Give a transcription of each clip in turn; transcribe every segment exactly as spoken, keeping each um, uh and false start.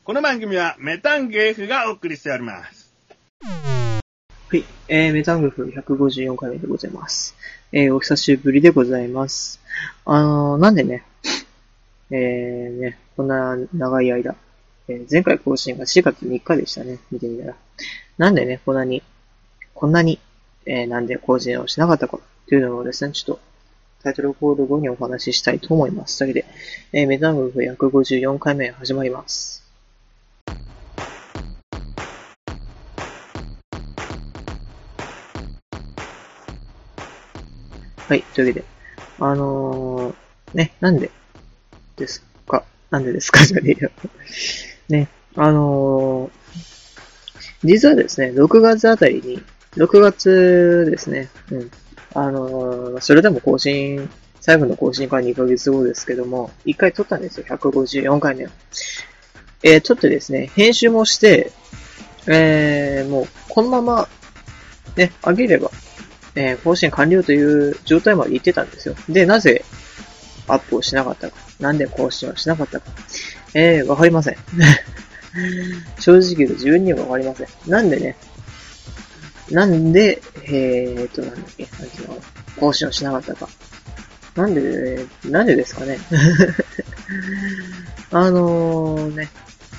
この番組はメタンゲーフがお送りしております。 はい、えー、メタンゲーフひゃくごじゅうよんかいめでございます。えー、お久しぶりでございます。あのー、なんでね、えー、ね、こんな長い間、えー、前回更新がしがつみっかでしたね、見てみたら。なんでね、こんなに、こんなに、えー、なんで更新をしなかったかというのをですね、ちょっと、タイトルコール後にお話ししたいと思います。というわけで、えー、メタンゲーフひゃくごじゅうよんかいめ始まります。はい、というわけで、あのー、ね、なんでですかなんでですかじゃねえよ。ね、あのー、実はですね、ろくがつあたりに、ろくがつですね、うん、あのー、それでも更新、最後の更新からにかげつごですけども、いっかい撮ったんですよ、ひゃくごじゅうよんかいめを。えー、撮ってですね、編集もして、えー、もう、このまま、ね、上げれば、えー、更新完了という状態まで行ってたんですよ。で、なぜアップをしなかったか。なんで更新をしなかったか。えー、わかりません。正直言うと自分にはわかりません。なんでね、なんで、えーと、なんだっけ、なんていうの、更新をしなかったか。なんで、なんでですかね。あのーね、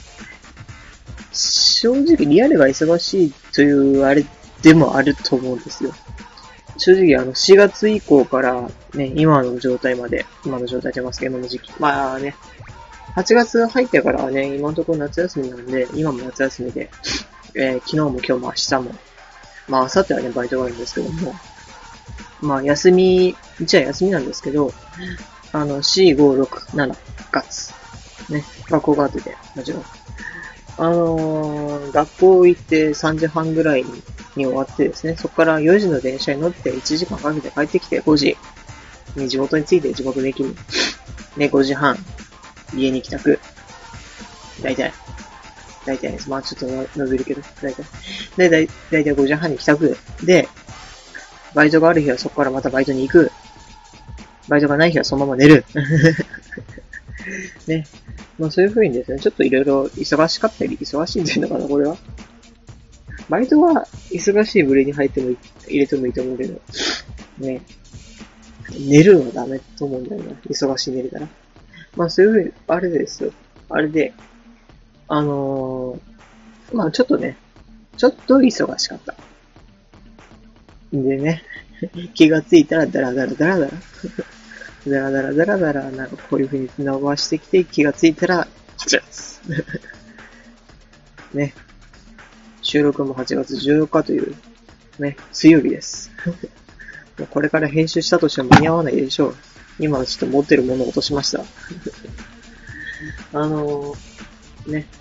正直リアルが忙しいというあれでもあると思うんですよ。正直あのしがつ以降からね、今の状態まで、今の状態出ますけど、今の時期。まあね、はちがつ入ってからはね、今のところ夏休みなんで、今も夏休みで、えー、昨日も今日も明日も、まあ明後日はね、バイトがあるんですけども、まあ休み、じゃあ休みなんですけど、あの、よん、ご、ろく、しちがつ、ね、学校があってて、もちろん。あのー、学校行ってさんじはんぐらいにに終わってですね、そこからよじの電車に乗っていちじかんかけて帰ってきてごじに地元に着いて地元の駅に、ね、ごじはん、家に帰宅。だいたい、だいたいです。まあちょっと伸びるけど、だいたい。で、だいたいごじはんに帰宅。で、バイトがある日はそこからまたバイトに行く。バイトがない日はそのまま寝る。ね。まあそういう風にですね、ちょっといろいろ忙しかったり、忙しいんじゃないのかな、これは。バイトは忙しい部類に入っても入れてもいいと思うけど、ね。寝るのはダメと思うんだよな。忙しい寝れたら。まあそういう風に、あれですよ。あれで、あのー、まあちょっとね、ちょっと忙しかった。でね、気がついたらダラダラダラダラ。ダラダラダラダラ、なんかこういう風に伸ばしてきて、気がついたらはちがつ。ね。収録もはちがつじゅうよっかという、ね、水曜日です。もうこれから編集したとしても間に合わないでしょう。今はちょっと持ってるものを落としました。あのー、ね。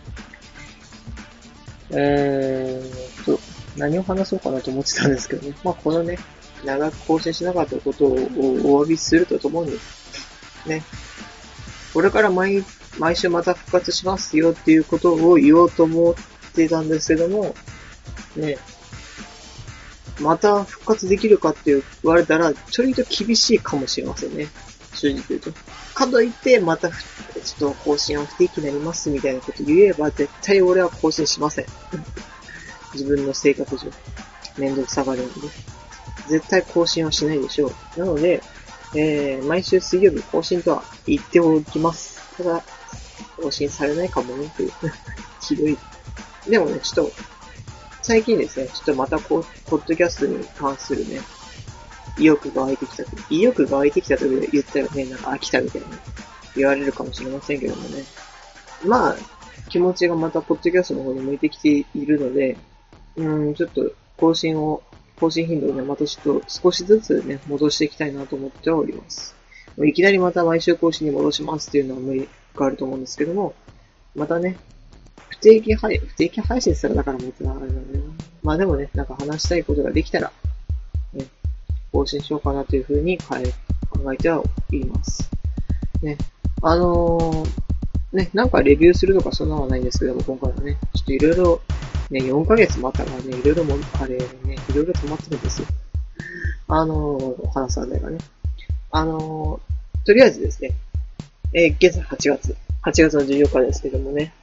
えーと、何を話そうかなと思ってたんですけどね。まあこのね、長く更新しなかったことをお詫びするとともに、ね、これから毎、毎週また復活しますよっていうことを言おうと思ってたんですけども、ね、また復活できるかって言われたら、ちょいと厳しいかもしれませんね。正直言うと。かといって、また、ちょっと更新は不定期になりますみたいなこと言えば、絶対俺は更新しません。自分の性格上。めんどくさがるので。絶対更新はしないでしょう。なので、えー、毎週水曜日更新とは言っておきます。ただ、更新されないかもね、という。ひどい。でもね、ちょっと、最近ですね、ちょっとまたこう、ポッドキャストに関するね、意欲が湧いてきた。意欲が湧いてきたと言ったらね、なんか飽きたみたいな言われるかもしれませんけどもね。まあ、気持ちがまたポッドキャストの方に向いてきているので、うーん、ちょっと更新を、更新頻度をね、またちょっと少しずつね、戻していきたいなと思っております。いきなりまた毎週更新に戻しますっていうのは無理があると思うんですけども、またね、不定期配、不定期配信するだからもっとあれだね。まあでもね、なんか話したいことができたら、ね、更新しようかなというふうに考えてはいます。ね。あのー、ね、なんかレビューするとかそんなのはないんですけども、今回はね、ちょっといろいろ、ね、よんかげつ待ったからね、いろいろも、あれね、いろいろ止まってるんですよ。あのー、話すあれがね。あのー、とりあえずですね、えー、現在はちがつ、はちがつのじゅうよっかですけどもね、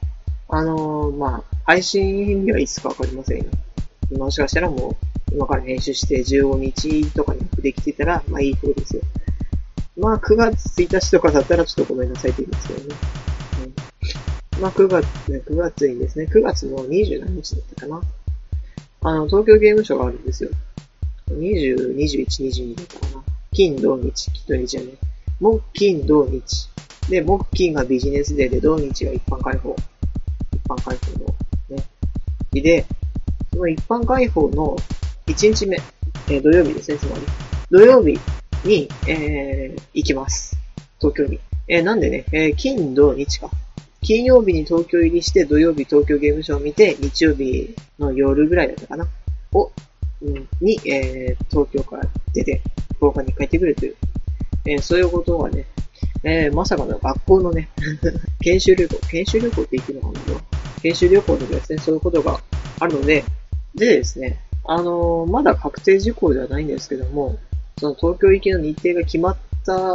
あのー、まあ、配信日はいつかわかりませんよ。もしかしたらもう、今から編集してじゅうごにちとかにアップできてたら、まあいい方ですよ。まあくがつついたちとかだったらちょっとごめんなさいって言いますけどね。うん、まあくがつ、ね、くがつにですね、くがつのにじゅうしちにちだったかな。あの、東京ゲームショウがあるんですよ。にじゅう、にじゅういち、にじゅうにだったかな。金、土、日、土日はね。木、金、土、日。で、木、金がビジネスデーで、土、日が一般開放。一般開放のね。日で、その一般開放のいちにちめ、えー、土曜日ですね、つまり。土曜日に、えー、行きます。東京に。えー、なんでね、えー、金、土、日か。金曜日に東京入りして、土曜日東京ゲームショウを見て、日曜日の夜ぐらいだったかな。を、うん、に、えー、東京から出て、福岡に帰ってくるという、えー、そういうことがね、えー、まさかの学校のね、研修旅行、研修旅行って言ってるのかな？研修旅行でですね、そういうことがあるので、でですね、あのー、まだ確定事項ではないんですけども、その東京行きの日程が決まった、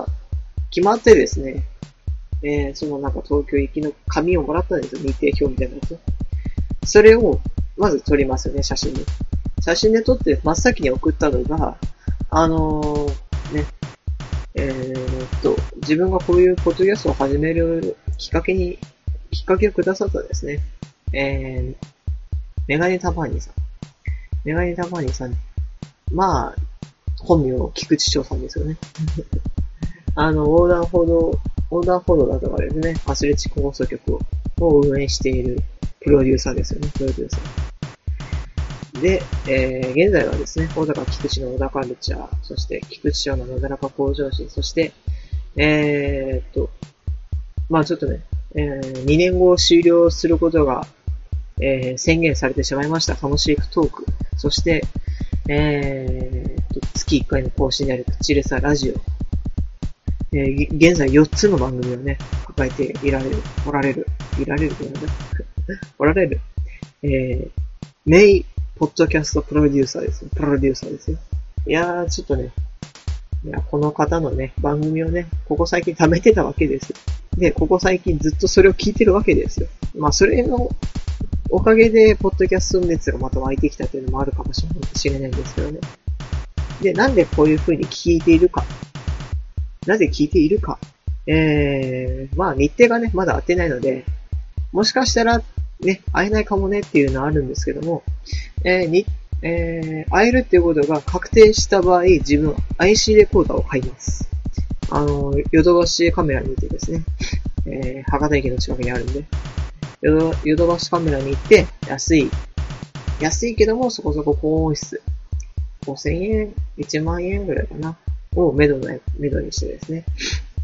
決まってですね、えー、そのなんか東京行きの紙をもらったんですよ、日程表みたいなやつ。それを、まず撮りますよね、写真に。写真で撮って真っ先に送ったのが、あのー、ね、えー、っと、自分がこういうポッドキャストを始めるきっかけに、きっかけをくださったですね、えー、メガネタバーニーさん。メガネタバーニーさん。まあ、本名、菊池翔さんですよね。あの、横断歩道、横断歩道だとかですね、アスレチック放送局を運営しているプロデューサーですよね、プロデューサー。で、えー、現在はですね、小高菊池の小高カルチャー、そして菊池翔のなだらか向上心、そして、えーっと、まあちょっとね、えー、にねんご終了することが、えー、宣言されてしまいました。楽しいトーク。そして、えー、月いっかいの更新である口レサラジオ。えー、現在よっつの番組をね、抱えていられる、おられる、いられる、おられる、えー、メイポッドキャストプロデューサーですよ。プロデューサーですよ。いやー、ちょっとね、いや、この方のね、番組をね、ここ最近貯めてたわけですよ。で、ここ最近ずっとそれを聞いてるわけですよ。まあ、それの、おかげで、ポッドキャスト熱がまた湧いてきたというのもあるかもしれないんですけどね。で、なんでこういう風に聞いているか。なぜ聞いているか。えー、まあ日程がね、まだ当てないので、もしかしたらね、会えないかもねっていうのはあるんですけども、えー、に、えー、会えるっていうことが確定した場合、自分 アイシー レコーダーを買います。あの、ヨドバシカメラにてですね、えー、博多駅の近くにあるんで、ヨドバシカメラに行って、安い、安いけどもそこそこ高音質、ごせんえん、いちまんえんぐらいかな、をメドの、メドにしてですね、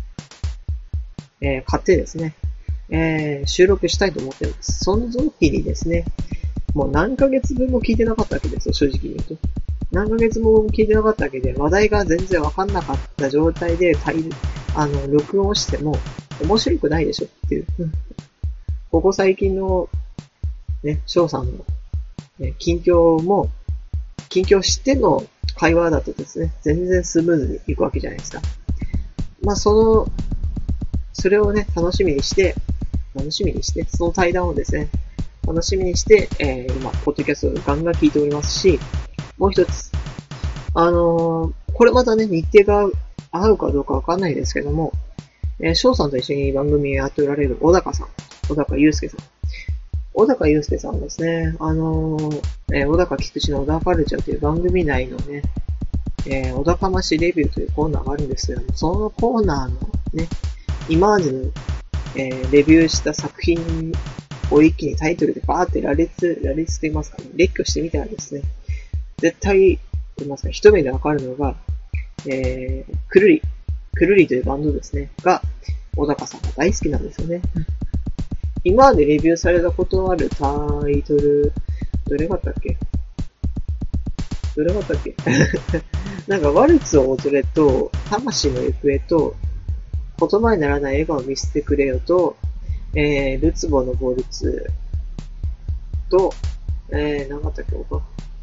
えー、買ってですね、えー、収録したいと思っています。その時にですね、もう何ヶ月分も聞いてなかったわけですよ、正直に言うと。何ヶ月も聞いてなかったわけで、話題が全然わかんなかった状態で、あの、録音しても面白くないでしょっていう。ここ最近の、ね、翔さんの、ね、近況も、近況知っての会話だとですね、全然スムーズにいくわけじゃないですか。まあ、その、それをね、楽しみにして、楽しみにして、その対談をですね、楽しみにして、えー、今、ポッドキャストをガンガン聞いておりますし、もう一つ、あのー、これまたね、日程が合うかどうかわかんないですけども、えー、翔さんと一緒に番組をやっておられる小高さん。小高祐介さん。小高祐介さんはですね、あのー、えー、小高菊池の小高カルチャーという番組内のね、えー、小高ましレビューというコーナーがあるんですけども、そのコーナーのね、今までの、えー、レビューした作品を一気にタイトルでバーって羅列、羅列と言いますかね、列挙してみたらですね、絶対、言いますか、一目でわかるのが、えー、くるり、くるりというバンドですね、が、小高さんが大好きなんですよね。今までレビューされたことのあるタイトル、どれがあったっけどれがあったっけなんか、ワルツを踊れと、魂の行方と、言葉にならない笑顔を見せてくれよと、えー、ルツボのボルツと、えー、何かあったっけ他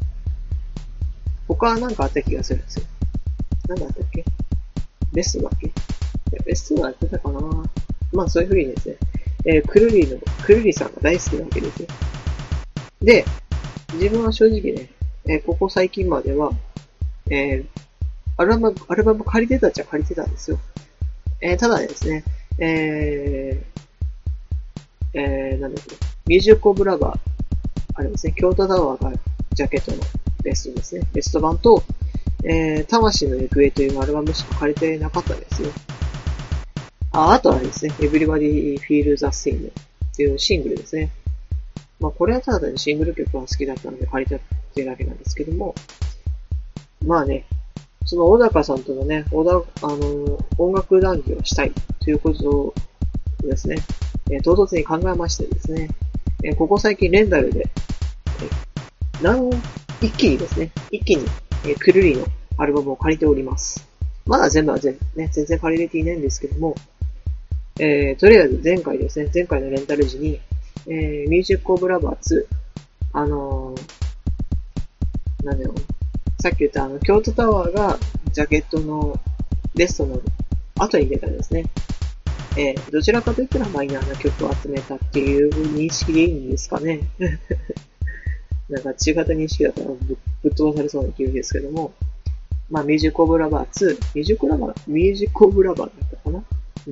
他は何かあった気がするんですよ。何かあったっけベストだっけベストはやってたかなまあそういう風にですね、 えー、くるりの、くるりさんが大好きなわけですよ。で、自分は正直ね、えー、ここ最近までは、えー、アルバム、アルバム借りてたっちゃ借りてたんですよ。えー、ただですね、えー、えー、なんだっけ、ミュージックオブラバー、あれですね、京都タワーがジャケットのベストですね、ベスト版と、えー、魂の行方というアルバムしか借りてなかったんですよ。あ、あとはですね、Everybody Feel the Same っていうシングルですね。まあ、これはただにシングル曲が好きだったので借りたっていうだけなんですけども、まあね、その小高さんとのね、小高、あの、音楽談義をしたいということをですね、えー、唐突に考えましてですね、えー、ここ最近レンタルで、えー、なん一気にですね、一気に、えー、くるりのアルバムを借りております。まだ全部は全,、ね、全然借りれていないんですけども、えー、とりあえず前回ですね、前回のレンタル時に、えー、ミュージックオブラバーツー、あのー、なんだろう、さっき言ったあの、京都タワーがジャケットのベストの後に出たんですね。えー、どちらかといったらマイナーな曲を集めたっていう認識でいいんですかね。なんか違った認識だったらぶぶっ飛ばされそうな気がですけども、まあ、ミュージックオブラバーツー、ミュージックオブラバー、ミュージックオブラバーだったかな？うん。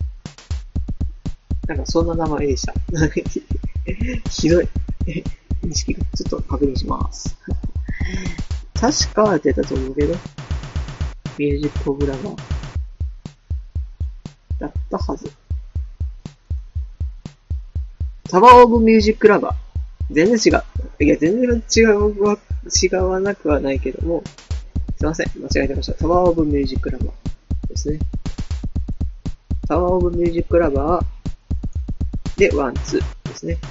なんかそんな名前でした。ひどい。認識が。ちょっと確認します。確か出たと思うけど、ミュージックオブラバーだったはず。タワーオブミュージックラバー。全然違う。いや、全然違うわ、違わなくはないけども、すいません。間違えてました。タワーオブミュージックラバーですね。タワーオブミュージックラバーで、ワン、ツーですね。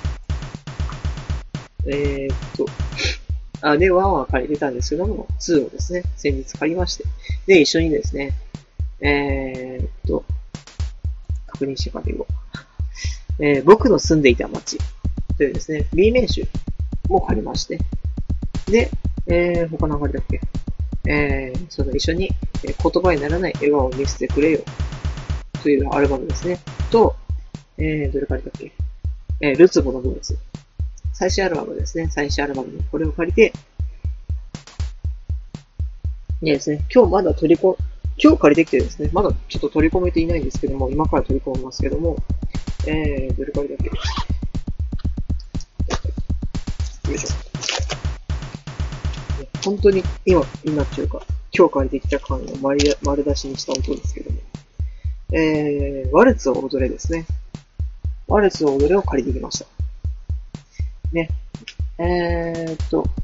えーっと、あ、で、ワンは借りてたんですけども、ツーをですね、先日借りまして、で、一緒にですね、えーっと、確認してから言おう。えー、僕の住んでいた街というですね、B 面集も借りまして、で、えー、他の借りだっけえー、その一緒に、えー、言葉にならない笑顔を見せてくれよというアルバムですね。と、えー、どれ借りだっけえー、ルツボのブーツ。最新アルバムですね。最新アルバムのこれを借りて、でですね、今日まだ取りこ、今日借りてきてですね、まだちょっと取り込めていないんですけども、今から取り込みますけども、えー、どれ借りだっけよいしょ。本当に今、今っていうか、今日借りてきた感を丸丸出しにした音ですけども。えー、ワルツを踊れですね。ワルツを踊れを借りてきました。ね。えーっと、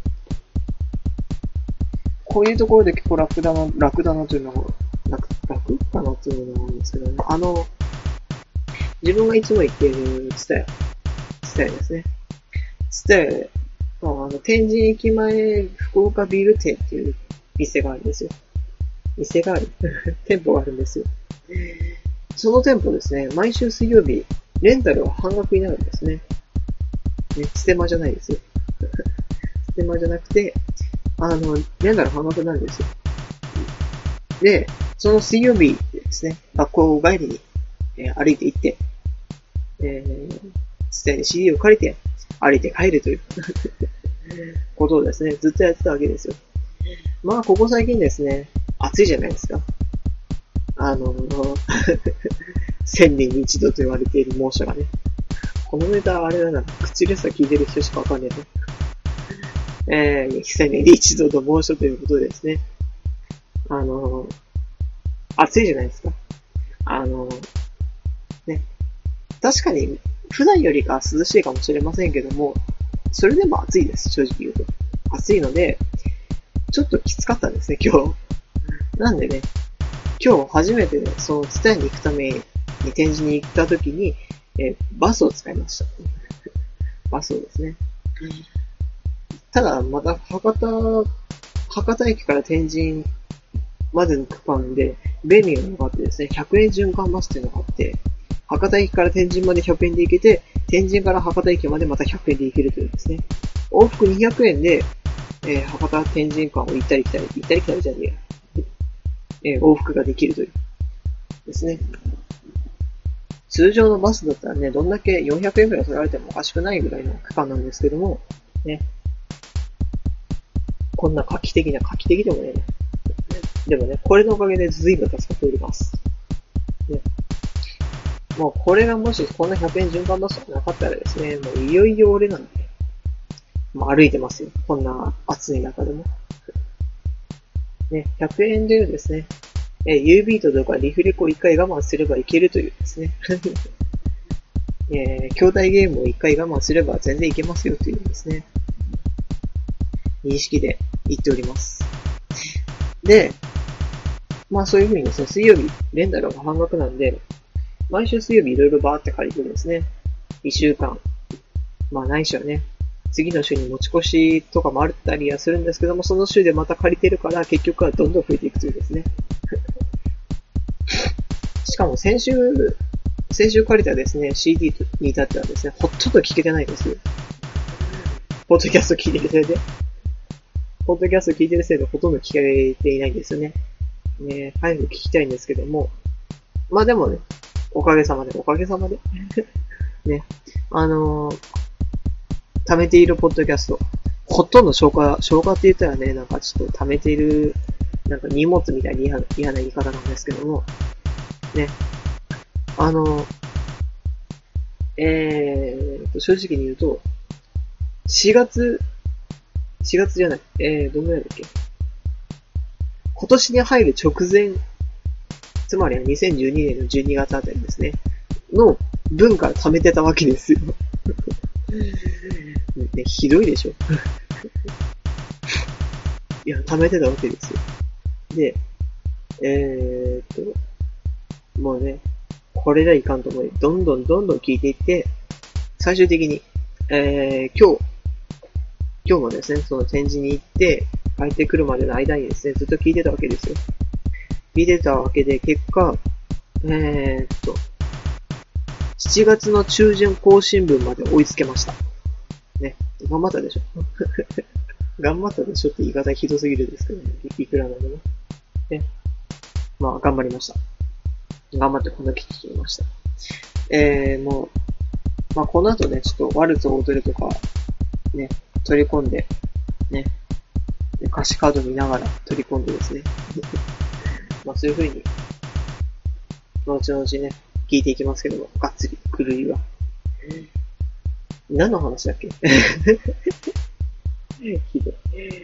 こういうところで結構楽だな、楽だなというのが、楽、楽かなというのがあるんですけどね。あの、自分がいつも行っているツタヤ、ツタヤですね。ツタヤで、あの、天神駅前福岡ビール店っていう店があるんですよ。店がある店舗があるんですよ。その店舗ですね、毎週水曜日、レンタルは半額になるんですね。ね、ステマじゃないですよ。ステマじゃなくて、あの、レンタル半額なんですよ。で、その水曜日ですね、学校帰りに、えー、歩いて行って、えー、ステで シーディー を借りて、歩いて帰るということをですね、ずっとやってたわけですよ。まあ、ここ最近ですね、暑いじゃないですか。あの、千年に一度と言われている猛暑がね。このネタあれだな、口レスラ聞いてる人しかわかんないね。えー、千年に一度の猛暑ということでですね。あの、暑いじゃないですか。あの、ね。確かに、普段よりか涼しいかもしれませんけども、それでも暑いです、正直言うと。暑いので、ちょっときつかったんですね、今日。なんでね、今日初めて、ね、そのツタヤに行くために展示に行った時に、えー、バスを使いました。バスをですね。ただ、また博多、博多駅から天神までの区間で便利なのがあってですね、ひゃくえん循環バスっていうのがあって、博多駅から天神までひゃくえんで行けて、天神から博多駅までまたひゃくえんで行けるというですね。往復にひゃくえんで、えー、博多天神間を行ったり来たり、行ったり来たりじゃねえや。えー、往復ができるという。ですね。 通常のバスだったらね、どんだけよんひゃくえんくらい取られてもおかしくないぐらいの区間なんですけども、ね。こんな画期的な、画期的でもね、でもね、これのおかげで随分助かっております。ね。もうこれがもしこんなひゃくえん循環バスがなかったらですね、もういよいよ俺なんて、もう歩いてますよ。こんな暑い中でも。ね、ひゃくえんでですね、えー、ユービー トとかリフレコを一回我慢すればいけるというですね、えー、兄弟ゲームを一回我慢すれば全然いけますよというですね、認識で言っております。で、まあそういう風にですね、水曜日、レンタルが半額なんで、毎週水曜日いろいろバーって借りてですね、一週間、まあないしはね、次の週に持ち越しとかもあったりはするんですけども、その週でまた借りてるから結局はどんどん増えていくというですね。しかも先週、先週借りたですね、シーディー に至ってはですね、ほとんど聞けてないんですよ。ポッドキャスト聞いてるせいで。ポッドキャスト聞いてるせいでほとんど聞けていないんですよね。ね、早く聞きたいんですけども。まあでもね、おかげさまで、おかげさまで。ね、あのー、貯めているポッドキャスト、ほとんど消化、消化って言ったらね、なんかちょっと貯めている、なんか荷物みたいに嫌な、嫌な言い方なんですけども、ね、あの、えーと、正直に言うと、しがつ、しがつじゃない、えー、どんぐらいだっけ？今年に入る直前、つまりはにせんじゅうにねんのじゅうにがつあたりですね、の分から貯めてたわけですよ。ね、ひどいでしょ。いや、貯めてたわけですよ。で、えーっと、もうね、これじゃいかんと思い、どんどんどんどん聞いていって、最終的に、えー、今日、今日もですね、その展示に行って、帰ってくるまでの間にですね、ずっと聞いてたわけですよ。聞いてたわけで、結果、えーっと、しちがつの中旬更新分まで追いつけました。ね、頑張ったでしょ。頑張ったでしょって言い方ひどすぎるんですけどね、いくらなんでも。ね。まあ、頑張りました。頑張ってこんだけ聞きました。えー、もう、まあ、この後ね、ちょっとワルツを踊るとか、ね、取り込んで、ね、歌詞カード見ながら取り込んでですね。まあ、そういう風に、後々ね、聞いていきますけども、がっつり、狂いは。何の話だっけひどい。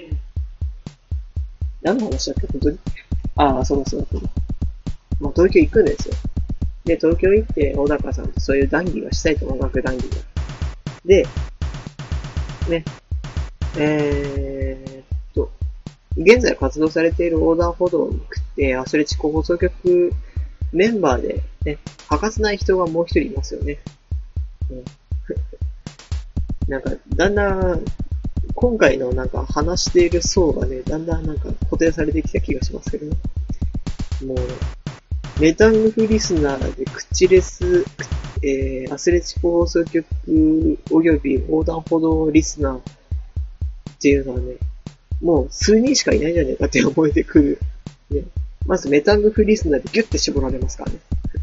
何の話だっけ本当に。ああ、そうだそうだそうだ。まあ、東京行くんですよ。で、東京行って、小高さんとそういう談義がしたいと、音楽談義が。で、ね、えーっと、現在活動されている横断歩道をくって、アスレチック放送局メンバーで、ね、欠かせない人がもう一人いますよね。うんなんか、だんだん、今回のなんか話している層がね、だんだんなんか固定されてきた気がしますけどね。もう、メタングフリスナーでクッチレス、えー、アスレチック放送局および横断歩道リスナーっていうのはね、もう数人しかいないんじゃねえかって思えてくる。ね、まずメタングフリスナーでギュッて絞られますからね。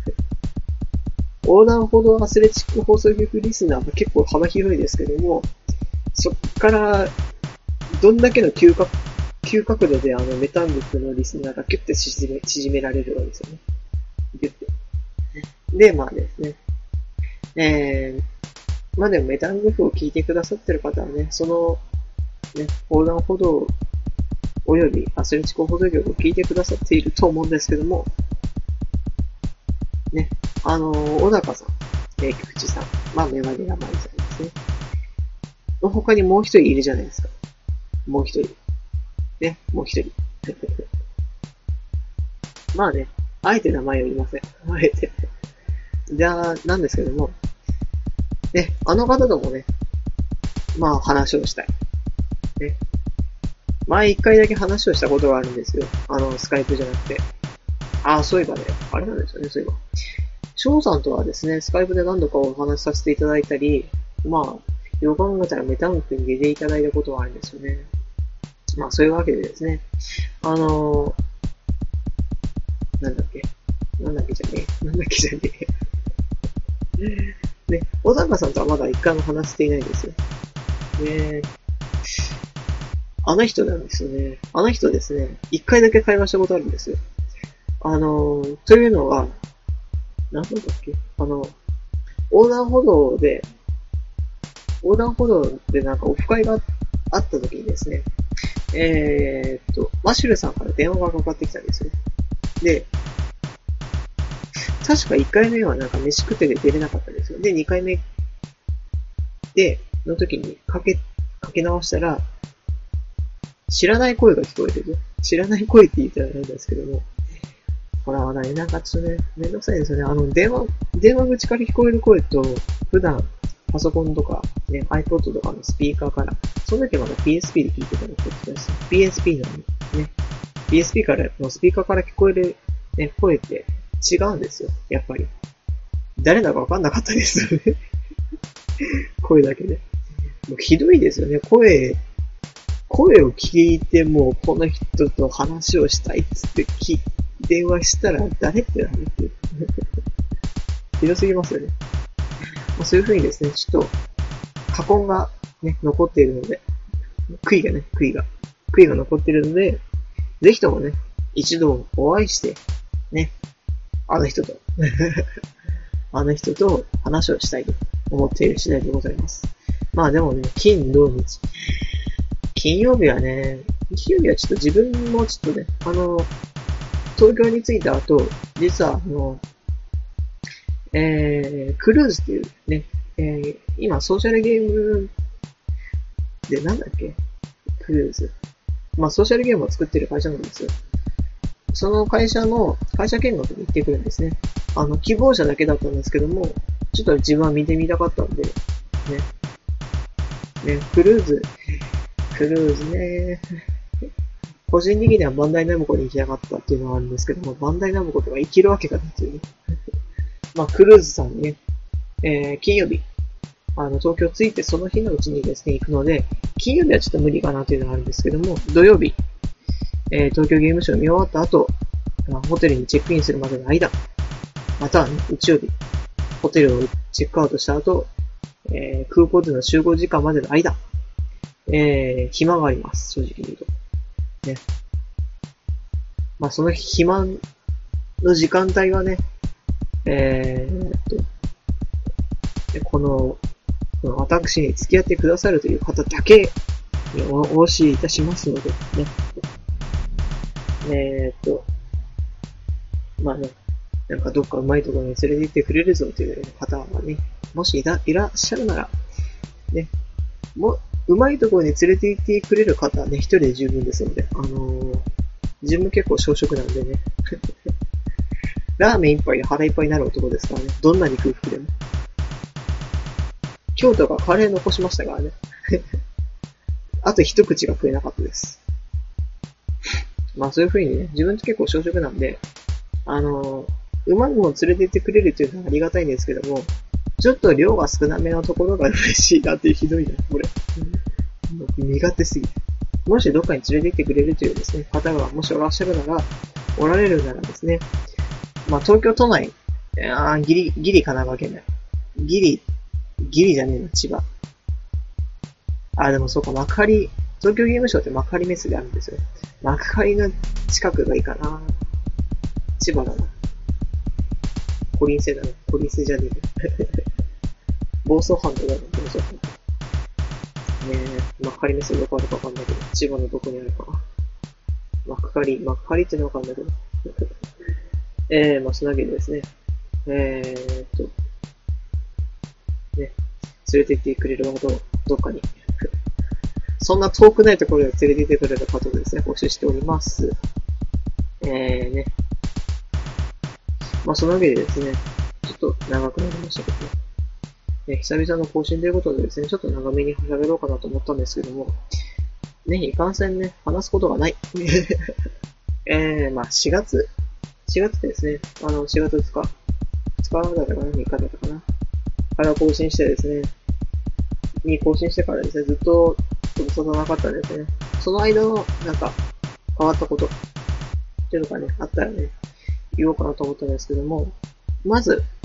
横断歩道アスレチック放送局リスナーは結構幅広いですけども、そっから、どんだけの急角、急角度であのメタングフのリスナーがギュッて縮め、縮められるわけですよね。ギュッて。で、まあですね。えー、まあでもメタングフを聞いてくださってる方はね、その、ね、横断歩道およびアスレチック放送局を聞いてくださっていると思うんですけども、ね、あのー、小高さん、えー、菊池さん、まあ、メガネラマイさんですね。の他にもう一人いるじゃないですか。もう一人。ね、もう一人。まあね、あえて名前を言いません。あえて。じゃあ、なんですけども、ね、あの方ともね、まあ話をしたい。ね。前一回だけ話をしたことがあるんですよ。あの、スカイプじゃなくて。ああ、そういえばね、あれなんですよね、そういえば。翔さんとはですね、スカイプで何度かお話しさせていただいたり、まあ、よく考えたらメタンクに出ていただいたことはあるんですよね。まあ、そういうわけでですね、あのー、なんだっけ、なんだっけじゃねえ、なんだっけじゃねえ。 ね、小高さんとはまだ一回も話していないんですよ。ね、あの人なんですよね。あの人ですね、一回だけ会話したことあるんですよ。あのー、というのは、何だったっけあの、横断歩道で、横断歩道でなんかオフ会があった時にですね、えーっと、マシュルさんから電話がかかってきたんですよ。で、確かいっかいめはなんか飯食ってて出れなかったんですよ。で、にかいめで、の時にかけ、かけ直したら、知らない声が聞こえてる。知らない声って言ったらなんですけども、ほら、ね、なんかちょっとね、めんどくさいですよね。あの、電話、電話口から聞こえる声と、普段、パソコンとか、ね、iPod とかのスピーカーから、その時はまだ ピーエスピー で聞いてたのって言ってたし、ピーエスピー のね、ピーエスピー からのスピーカーから聞こえる、ね、声って違うんですよ。やっぱり。誰だかわかんなかったですよね。声だけで。もうひどいですよね。声、声を聞いてもこの人と話をしたいっつってき電話したら誰ってなるってひどすぎますよね。まあ、そういう風にですね、ちょっと過根がね、残っているので、悔いがね、悔いが、悔いが残っているので、ぜひともね、一度お会いして、ね、あの人と、あの人と話をしたいと思っている次第でございます。まあでもね、金、土、日。金曜日はね、金曜日はちょっと自分もちょっとね、あの、東京に着いた後、実はあの、えー、クルーズっていうね、えー、今ソーシャルゲームでなんだっけクルーズ。まあソーシャルゲームを作ってる会社なんですよ。その会社の、会社見学に行ってくるんですね。あの、希望者だけだったんですけども、ちょっと自分は見てみたかったんで、ね。ね、クルーズ、クルーズね。個人的にはバンダイナムコに行きたかったっていうのはあるんですけども、バンダイナムコとか行けるわけがないっていうね。まあ、クルーズさんにね、えー、金曜日、あの、東京着いてその日のうちにですね、行くので、金曜日はちょっと無理かなというのがあるんですけども、土曜日、えー、東京ゲームショウ見終わった後、まあ、ホテルにチェックインするまでの間、または、ね、日曜日、ホテルをチェックアウトした後、えー、空港での集合時間までの間、えー、暇があります、正直に言うと。ね。まあ、その暇の時間帯はね、えーっと、この、この私に付き合ってくださるという方だけに お, お教えいたしますので、ね。えーっと、まあね、なんかどっかうまいところに連れて行ってくれるぞという方はね、もしいら、いらっしゃるなら、ね、もう、うまいところに連れて行ってくれる方はね、一人で十分ですので、あのー、自分結構小食なんでね、ラーメン一杯で腹いっぱいになる男ですからね、どんなに空腹でも。京都がカレー残しましたからね。あと一口が食えなかったです。まあそういう風にね、自分って結構小食なんで、あのー、うまいもの連れて行ってくれるっていうのはありがたいんですけども、ちょっと量が少なめのところが嬉しいなっていうひどいな、これ。苦手すぎて。もしどっかに連れて行ってくれるというですね、方がもしおらっしゃるなら、おられるならですね、まあ東京都内、あギリ、ギリ神奈川県内。ギリ、ギリじゃねえの、千葉。あ、でもそうか、幕張、東京ゲームショウって幕張メッセであるんですよ。幕張の近くがいいかな。千葉だな。コリンセだな。コリンセじゃねえ。房総半島だな、房総半島。ねえ、幕張メッセどこあるかわかんないけど、千葉のどこにあるかな。幕張、幕張ってのわかんないけど。えー、まあ、そのわけでですね。えーっと、ね、連れて行ってくれる方をどっかに。そんな遠くないところで連れて行ってくれる方をですね、募集しております。えーね。まあ、そのわけでですね、ちょっと長くなりましたけどね。ね、久々の更新ということでですね、ちょっと長めに喋ろうかなと思ったんですけども、ね、いかんせんね、話すことがない。えー、まあ、しがつ、しがつですね、あの、しがつつか、ふつかだったかな、みっかだったかな、から更新してですね、に更新してからですね、ずっと、ご無沙汰なかったんですね。その間の、なんか、変わったこと、っていうのがね、あったらね、言おうかなと思ったんですけども、まず、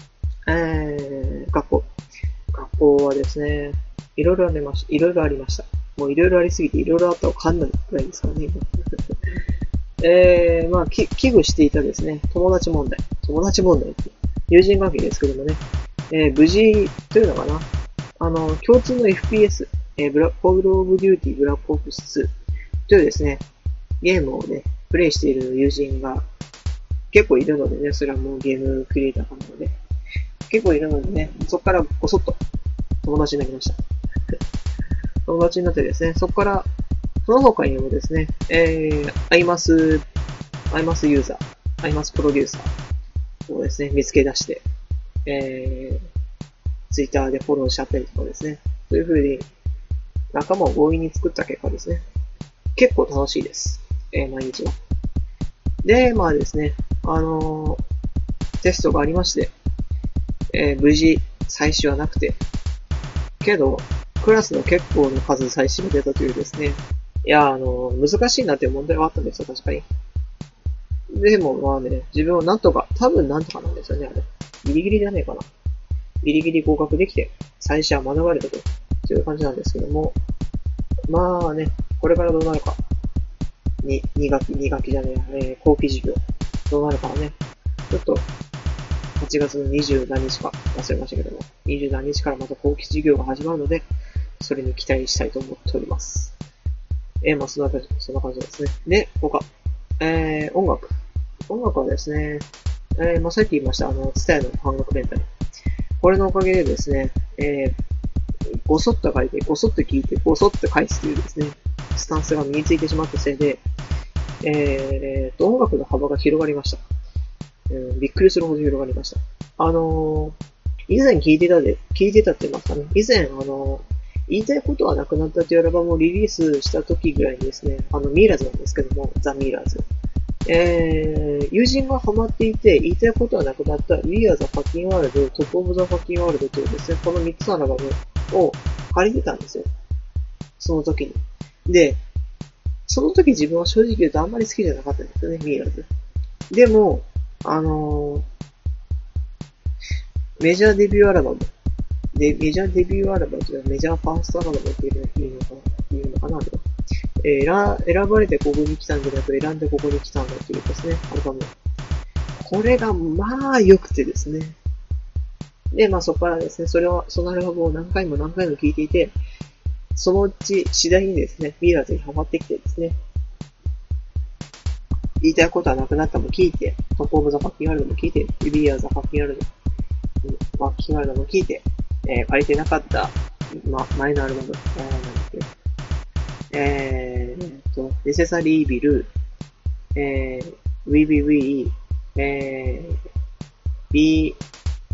えー、学校。学校はですね、いろいろありました。いろいろありました。もういろいろありすぎていろいろあったらわかんないくらいですからね。えー、まあ、き、危惧していたですね、友達問題。友達問題って、友人関係ですけどもね、えー、無事というのかな。あの、共通の エフピーエス、えー、ブラコールオブデューティーブラックオプスツーというですね、ゲームをね、プレイしている友人が結構いるのでね、それはもうゲームクリエイターなので、結構いるのでね、そこからごそっと友達になりました。友達になってですね、そこから、その他にもですね、えー、アイマス、アイマスユーザー、アイマスプロデューサーをですね、見つけ出して、えー、ツイッターでフォローしちゃったりとかですね、そういう風に仲間を強引に作った結果ですね、結構楽しいです。えー、毎日は。で、まあですね、あのー、テストがありまして、えー、無事、採取はなくて、けど、クラスの結構の数採取が出たというですね、いや、あのー、難しいなという問題はあったんですよ、確かに。でも、まあね、自分はなんとか、多分なんとかなんですよね、あれ。ギリギリじゃねえかな。ギリギリ合格できて、採取は免れたと、そういう感じなんですけども、まあね、これからどうなるか。に、に学期、に学期じゃねえ、えー、後期授業。どうなるかはね、ちょっと、はちがつのにじゅうなんにちか忘れましたけども、にじゅうなんにちからまた後期授業が始まるので、それに期待したいと思っております。えー、まあ、そんな感じ、そんな感じですね。で、他。えー、音楽。音楽はですね、えー、まあ、さっき言いました、あの、ツタヤの半額レンタル。これのおかげでですね、えー、ごそっと書いて、ごそっと聞いて、ごそっと返すというですね、スタンスが身についてしまったせいで、えーと、音楽の幅が広がりました。うん、びっくりするほど広がりました。あのー、以前聞いてたで、聞いてたって言いますかね。以前、あのー、言いたいことはなくなったというアルバムをリリースした時ぐらいにですね、あの、ミーラーズなんですけども、ザ・ミーラーズ。えー、友人がハマっていて、言いたいことはなくなった We Are the Fucking World、Top of the Fucking World というですね、このみっつのアルバムを借りてたんですよ。その時に。で、その時自分は正直言うとあんまり好きじゃなかったんですよね、ミーラーズ。でも、あのー、メジャーデビューアルバム。で、メジャーデビューアルバムというのはメジャーファーストアルバムっていうのがいいのかな、いいのかなと。えー、選ばれてここに来たんじゃなく選んでここに来たんだっていうですね、アルバム。これがまあ良くてですね。で、まあそこからですね、それを、そのアルバムを何回も何回も聴いていて、そのうち次第にですね、ミーラーズにハマってきてですね、言いたいことはなくなったも聞いて、トップオブザファッキンワールドも聞いて、ビビアザファッキンワールド、ファッキンワールドも聞いて、えー、借りてなかった、ま、前のアルバム、えー、なんだっけ、えーと、ネセサリービル、えー、ウィビウィ、えー、ビー、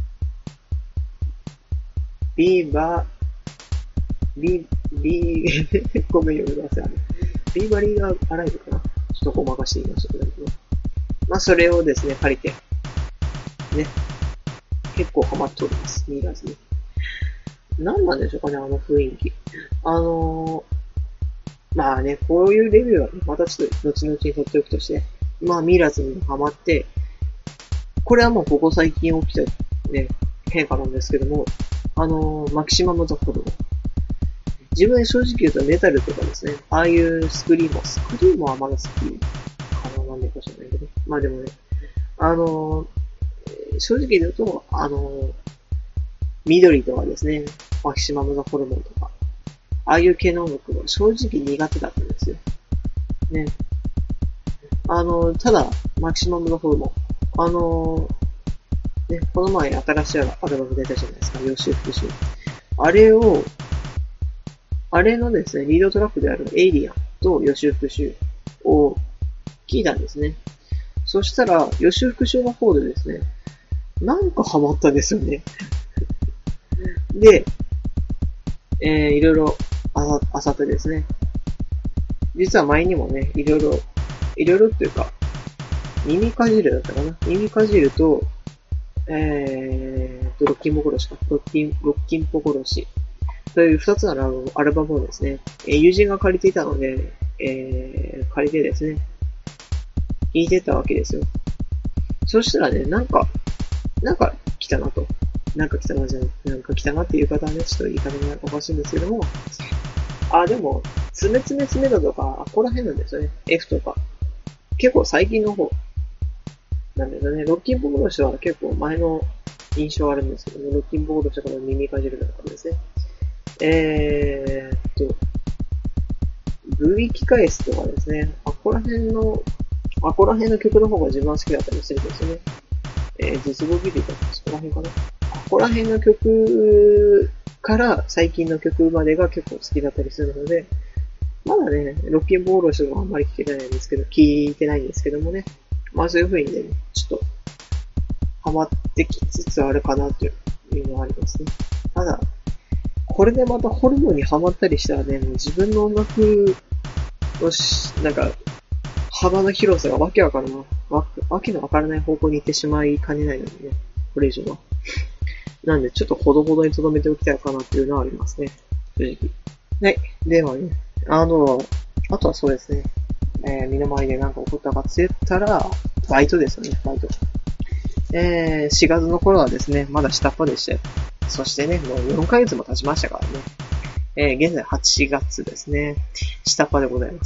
ビーバー、ビー、ビー、ごめん読みます。ビーバリーがアライブかな、ちょっとごまかして言いましたけど、まあそれをですね、借りて、ね、結構ハマっております、ミーラーズに。何なんでしょうかね、あの雰囲気。あのー、まあね、こういうレビューは、ね、またちょっと後々に取っておくとして、まあミーラーズにハマって、これはもうここ最近起きたね、変化なんですけども、あのー、マキシマムザホルモン。自分で正直言うとメタルとかですね、ああいうスクリームは、スクリームはまだ好きかな、なんでか知らないけど。まあでもね、あのー、正直言うと、あのー、緑とかですね、マキシマムザホルモンとか、ああいう系の音楽は正直苦手だったんですよ。ね。あのー、ただ、マキシマムザホルモン。あのー、ね、この前新しいアルバム出たじゃないですか、予習復習。あれを、あれのですね、リードトラックであるエイリアンと予習復習を聞いたんですね。そしたら、予習復習の方でですね、なんかハマったんですよね。で、えー、いろいろあ、あさってですね、実は前にもね、いろいろ、いろいろっていうか、耳かじるだったかな。耳かじると、えーと、ロッキンポ殺しか。ロッキン、ロッキンポ殺し。という二つのアルバムをですね、友人が借りていたので、えー、借りてですね、聴いてたわけですよ。そしたらね、なんか、なんか来たなと。 なんか来たなじゃん、なんか来たなっていう方はね、ちょっと言い方がおかしいんですけども、あ、でも、つめつめつめだとか、あ、ここら辺なんですよね。F とか。結構最近の方。なんですよね。ロッキンボードしては結構前の印象あるんですけどね。ロッキンボードしてから耳かじるとかですね。えーっと、ブイ機返すとかですね。あ、ここら辺の、あ、ここら辺の曲の方が自分は好きだったりするんですよね。えー、実語ビデオとか、そこら辺かな。あ、ここら辺の曲から最近の曲までが結構好きだったりするので、まだね、ロッキンボールしてはあんまり聞けてないんですけど、聞いてないんですけどもね。まあそういう風にね、ちょっと、ハマってきつつあるかなというのがありますね。ただ、これでまたホルモンにハマったりしたらね、もう自分の音楽のし、なんか、幅の広さがわけわからない、わ、わけのわからない方向に行ってしまいかねないのでね、これ以上は。なんで、ちょっとほどほどに留めておきたいかなっていうのはありますね。正直。はい。ではね、あの、あとはそうですね。えー、身の回りで何か起こったかって言ったら、バイトですよね、バイト。えー、しがつの頃はですね、まだ下っ端でして、そしてね、もうよんかげつも経ちましたからね。えー、現在はちがつですね。下っ端でございます。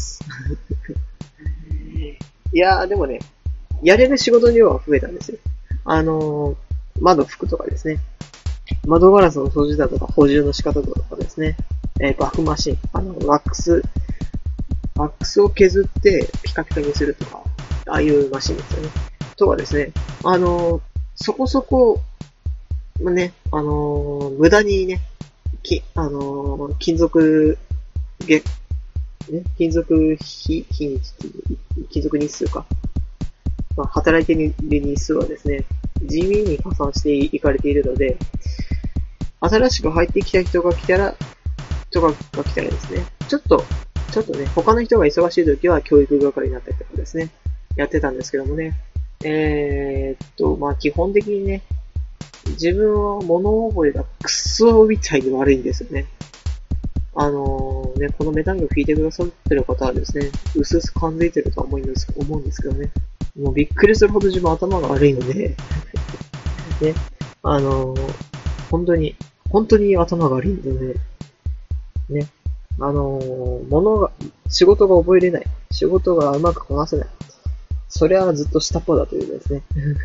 いやー、でもね、やれる仕事量は増えたんですよ。あのー、窓拭くとかですね。窓ガラスの掃除だとか補充の仕方とかですね。えー、バフマシン、あの、ワックス、ワックスを削ってピカピカにするとか、ああいうマシンですよね。とかですね、あのー、そこそこ、まあ、ね、あのー、無駄にね、き、あのー、金属、げ、ね、金属日、日にち、金属日数か。まあ、働いている日数はですね、地味に加算していかれているので、新しく入ってきた人が来たら、人が来たらですね、ちょっと、ちょっとね、他の人が忙しい時は教育係になったりとかですね、やってたんですけどもね、えー、っと、まあ、基本的にね、自分は物覚えがクソみたいに悪いんですよね。あのー、ね、このメタング聞いてくださってる方はですね、うすうす感づいてるとは思うんです、思うんですけどね。もうびっくりするほど自分頭が悪いので、ね、あのー、本当に、本当に頭が悪いんでね、ね、あのー、物が、仕事が覚えれない。仕事がうまくこなせない。それはずっと下っ端だというですね。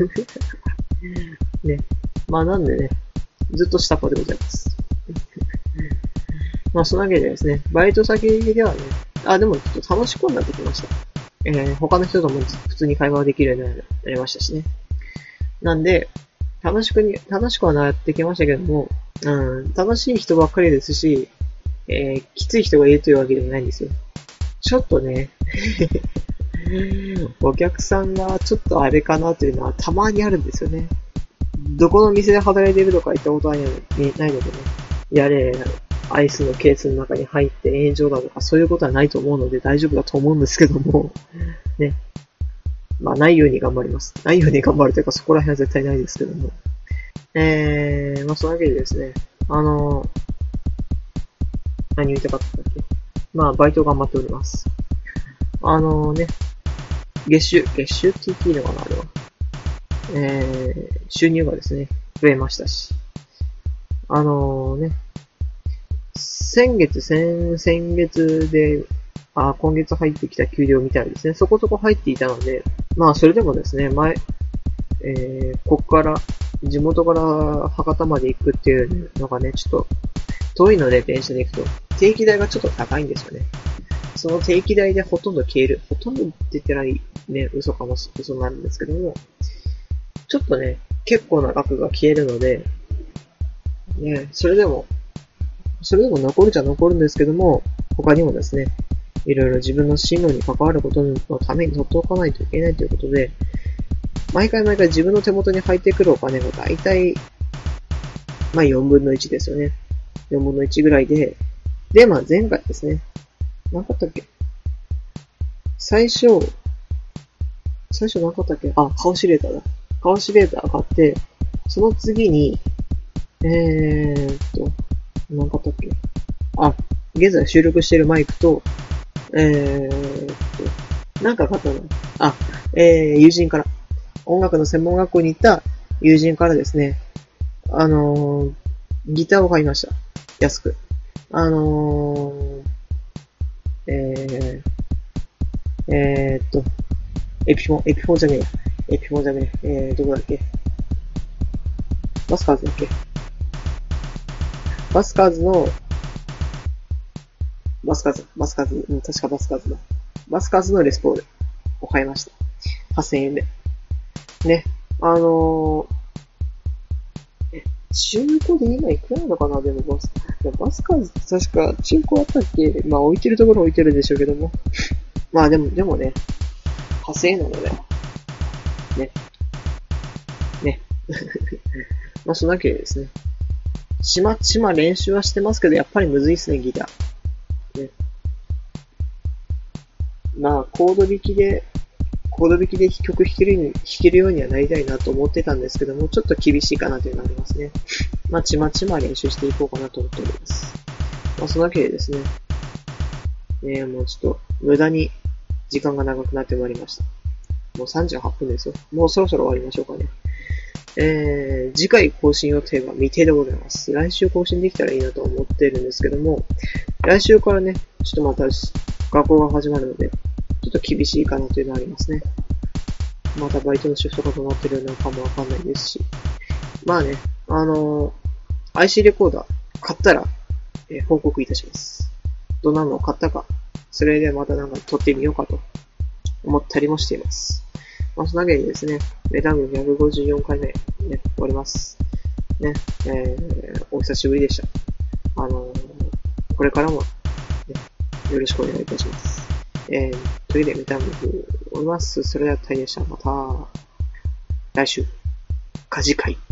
ね。まあなんでね、ずっと下っ端でございます。まあそのわけでですね、バイト先ではね、あ、でもちょっと楽しくなってきました。えー、他の人とも普通に会話ができるようになりましたしね。なんで、楽しくに、楽しくはなってきましたけども、うん、楽しい人ばっかりですし、えー、きつい人がいるというわけでもないんですよ。ちょっとね、お客さんがちょっとあれかなというのはたまにあるんですよね。どこの店で働いているとか言ったことはないのでね、やれ、アイスのケースの中に入って炎上だとかそういうことはないと思うので大丈夫だと思うんですけども、ね。まあないように頑張ります。ないように頑張るというかそこら辺は絶対ないですけども。えー、まあそのわけでですね、あのー、何言いたかったっけ？まあバイト頑張っております。あのー、ね、月収、月収って言っていいのかなあれは。えー、収入がですね、増えましたし。あのー、ね、先月、先、先月で、あ、今月入ってきた給料みたいですね。そこそこ入っていたので、まあそれでもですね、前、えー、ここから、地元から博多まで行くっていうのがね、ちょっと遠いので電車で行くと、定期代がちょっと高いんですよね。その定期代でほとんど消える。ほとんどって言ってないね、嘘かも、嘘になるんですけども、ちょっとね、結構な額が消えるので、ね、それでも、それでも残るじゃ残るんですけども、他にもですね、いろいろ自分の進路に関わることのために取っておかないといけないということで、毎回毎回自分の手元に入ってくるお金がだいたい、まあよんぶんのいちですよね。よんぶんのいちぐらいで、で、まあ前回ですね、何かったっけ最初、最初何かったっけあ、カオシレーターだ。カオシレーター買って、その次に、えーっと、何かったっけあ、現在収録しているマイクと、えーっと、なんか買ったのあ、えー、友人から、音楽の専門学校に行った友人からですね、 あのー、ギターを買いました。安く。あのー、えー、えー、っと、エピフォン、エピフォンじゃねえや。エピフォンじゃねえ。えー、どこだっけ？バスカーズだっけ？バスカーズの、バスカーズ、バスカーズ、うん、確かバスカーズだ。バスカーズのレスポールを買いました。はっせんえんで。ね。あのー、え、中古で今いくらなのかなでもバス、バスカーズって確か中古あったっけ？まあ置いてるところ置いてるんでしょうけども。まあでも、でもね、はっせんえんなので。ね。ね。まあそんなわけでですね。ちまちま練習はしてますけど、やっぱりむずいっすね、ギター。ね。まあ、コード弾きで、コード弾きで曲弾けるように、弾けるようにはなりたいなと思ってたんですけども、ちょっと厳しいかなというのがありますね。まあ、ちまちま練習していこうかなと思っております。まあ、そのわけでですね。ねもうちょっと、無駄に時間が長くなってまいりました。もうさんじゅうはっぷんですよ。もうそろそろ終わりましょうかね。えー、次回更新予定は未定でございます。来週更新できたらいいなと思っているんですけども、来週からね、ちょっとまた学校が始まるので、ちょっと厳しいかなというのはありますね。またバイトのシフトがどうなってるのかもわかんないですし。まあね、あのー、アイシー レコーダー買ったら、えー、報告いたします。どんなのを買ったか、それでまたなんか撮ってみようかと思ったりもしています。まあ、そのわけでですね、メタングひゃくごじゅうよんかいめ、ね、終わります。ね、えー、お久しぶりでした。あのー、これからも、ね、よろしくお願いいたします。えー、というわけでメタング終わります。それではタイでした。また、来週、か次回。